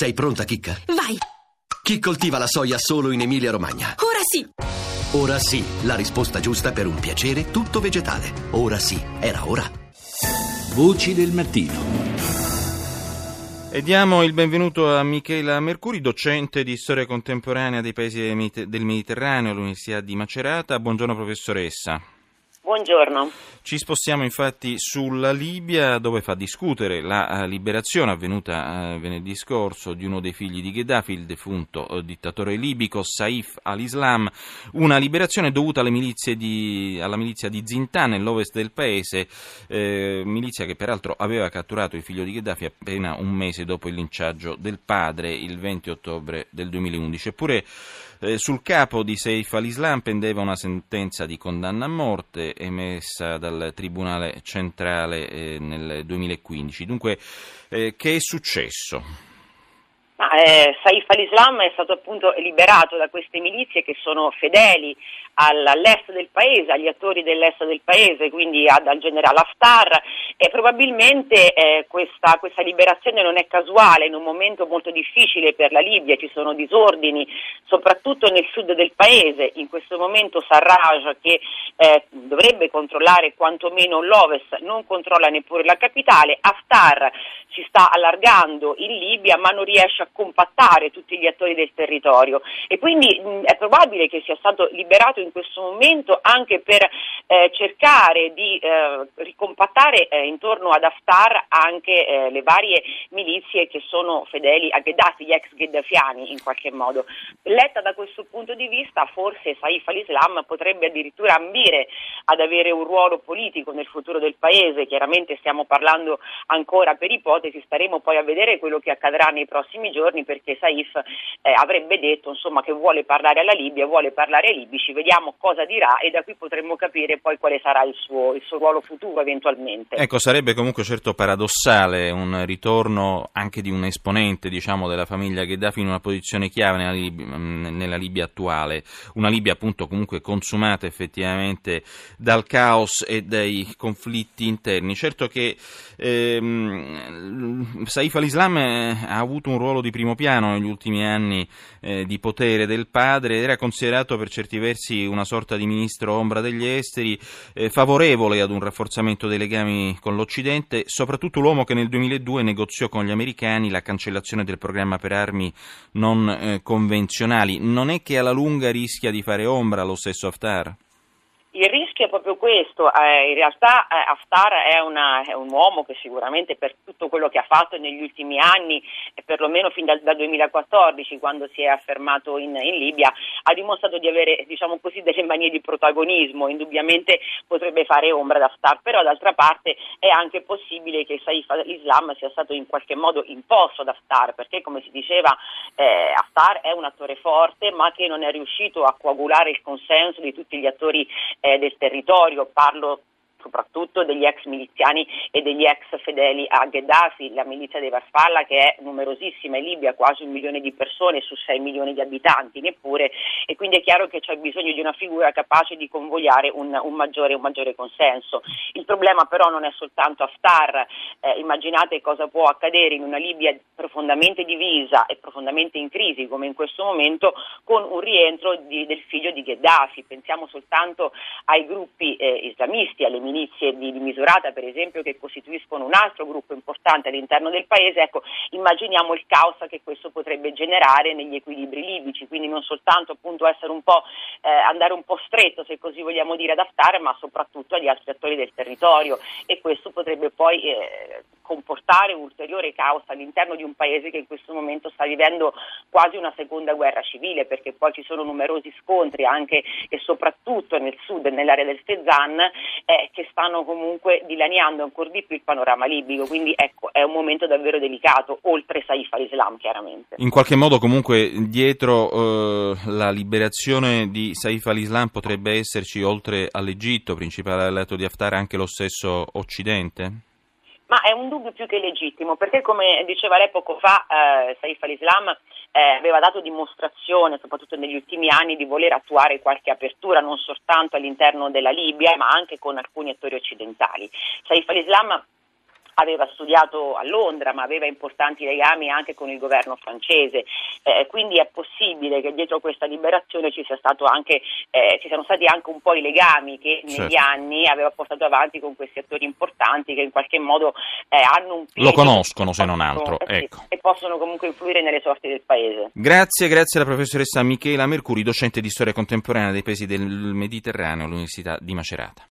Sei pronta, Chicca? Vai! Chi coltiva la soia solo in Emilia-Romagna? Ora sì! Ora sì, la risposta giusta per un piacere tutto vegetale. Ora sì, era ora. Voci del mattino. E diamo il benvenuto a Michela Mercuri, docente di storia contemporanea dei paesi del Mediterraneo all'Università di Macerata. Buongiorno professoressa. Buongiorno. Ci spostiamo infatti sulla Libia, dove fa discutere la liberazione avvenuta venerdì scorso di uno dei figli di Gheddafi, il defunto dittatore libico Saif al-Islam, una liberazione dovuta alla milizia di Zintan nell'ovest del paese, milizia che peraltro aveva catturato il figlio di Gheddafi appena un mese dopo il linciaggio del padre il 20 ottobre del 2011. Eppure sul capo di Saif al-Islam pendeva una sentenza di condanna a morte emessa dal Tribunale Centrale nel 2015. Dunque, che è successo? Saif al-Islam è stato appunto liberato da queste milizie che sono fedeli all'est del paese, agli attori dell'est del paese, quindi al generale Haftar, e probabilmente questa liberazione non è casuale in un momento molto difficile per la Libia. Ci sono disordini soprattutto nel sud del paese. In questo momento Sarraj, che dovrebbe controllare quantomeno l'ovest, non controlla neppure la capitale. Haftar si sta allargando in Libia ma non riesce a compattare tutti gli attori del territorio, e quindi è probabile che sia stato liberato in questo momento anche per cercare di ricompattare intorno ad Haftar anche le varie milizie che sono fedeli a Gheddafi, gli ex gheddafiani in qualche modo. Letta da questo punto di vista, forse Saif al-Islam potrebbe addirittura ambire ad avere un ruolo politico nel futuro del paese. Chiaramente stiamo parlando ancora per ipotesi, staremo poi a vedere quello che accadrà nei prossimi giorni, perché Saif avrebbe detto insomma che vuole parlare alla Libia, vuole parlare ai libici. Vediamo cosa dirà e da qui potremmo capire poi quale sarà il suo ruolo futuro eventualmente. Ecco, sarebbe comunque certo paradossale un ritorno anche di un esponente, diciamo, della famiglia Gheddafi in una posizione chiave nella Libia attuale, una Libia appunto comunque consumata effettivamente dal caos e dai conflitti interni. Certo che Saif al-Islam ha avuto un ruolo di primo piano negli ultimi anni di potere del padre, era considerato per certi versi una sorta di ministro ombra degli esteri, favorevole ad un rafforzamento dei legami con l'Occidente, soprattutto l'uomo che nel 2002 negoziò con gli americani la cancellazione del programma per armi non convenzionali. Non è che alla lunga rischia di fare ombra lo stesso Haftar? Il rischio è proprio questo. In realtà Haftar è un uomo che sicuramente, per tutto quello che ha fatto negli ultimi anni, e perlomeno fin dal 2014, quando si è affermato in Libia, ha dimostrato di avere, diciamo così, delle manie di protagonismo. Indubbiamente potrebbe fare ombra ad Haftar, però d'altra parte è anche possibile che Saif al-Islam sia stato in qualche modo imposto ad Haftar, perché, come si diceva, Haftar è un attore forte ma che non è riuscito a coagulare il consenso di tutti gli attori del territorio. Parlo soprattutto degli ex miliziani e degli ex fedeli a Gheddafi, la milizia dei Vasfallah, che è numerosissima in Libia, quasi 1 milione di persone su 6 milioni di abitanti neppure, e quindi è chiaro che c'è bisogno di una figura capace di convogliare un maggiore consenso. Il problema però non è soltanto Haftar. Immaginate cosa può accadere in una Libia profondamente divisa e profondamente in crisi come in questo momento, con un rientro del figlio di Gheddafi. Pensiamo soltanto ai gruppi islamisti, alle milizie di Misurata, per esempio, che costituiscono un altro gruppo importante all'interno del paese. Ecco, immaginiamo il caos che questo potrebbe generare negli equilibri libici, quindi non soltanto appunto essere andare un po' stretto, se così vogliamo dire, ad Haftar, ma soprattutto agli altri attori del territorio, e questo potrebbe poi comportare un ulteriore caos all'interno di un paese che in questo momento sta vivendo quasi una seconda guerra civile, perché poi ci sono numerosi scontri anche e soprattutto nel sud, nell'area del Fezzan, che stanno comunque dilaniando ancora di più il panorama libico. Quindi ecco, è un momento davvero delicato, oltre Saif al-Islam chiaramente. In qualche modo comunque dietro la liberazione di Saif al-Islam potrebbe esserci, oltre all'Egitto, principale alleato di Haftar, anche lo stesso Occidente? Ma è un dubbio più che legittimo, perché come diceva lei poco fa, Saif al-Islam aveva dato dimostrazione, soprattutto negli ultimi anni, di voler attuare qualche apertura non soltanto all'interno della Libia, ma anche con alcuni attori occidentali. Saif al-Islam aveva studiato a Londra, ma aveva importanti legami anche con il governo francese, quindi è possibile che dietro questa liberazione ci siano stati anche un po' i legami che negli anni aveva portato avanti con questi attori importanti che in qualche modo hanno un piede, lo conoscono se non altro, ecco. E possono comunque influire nelle sorti del paese. Grazie alla professoressa Michela Mercuri, docente di storia contemporanea dei paesi del Mediterraneo all'Università di Macerata.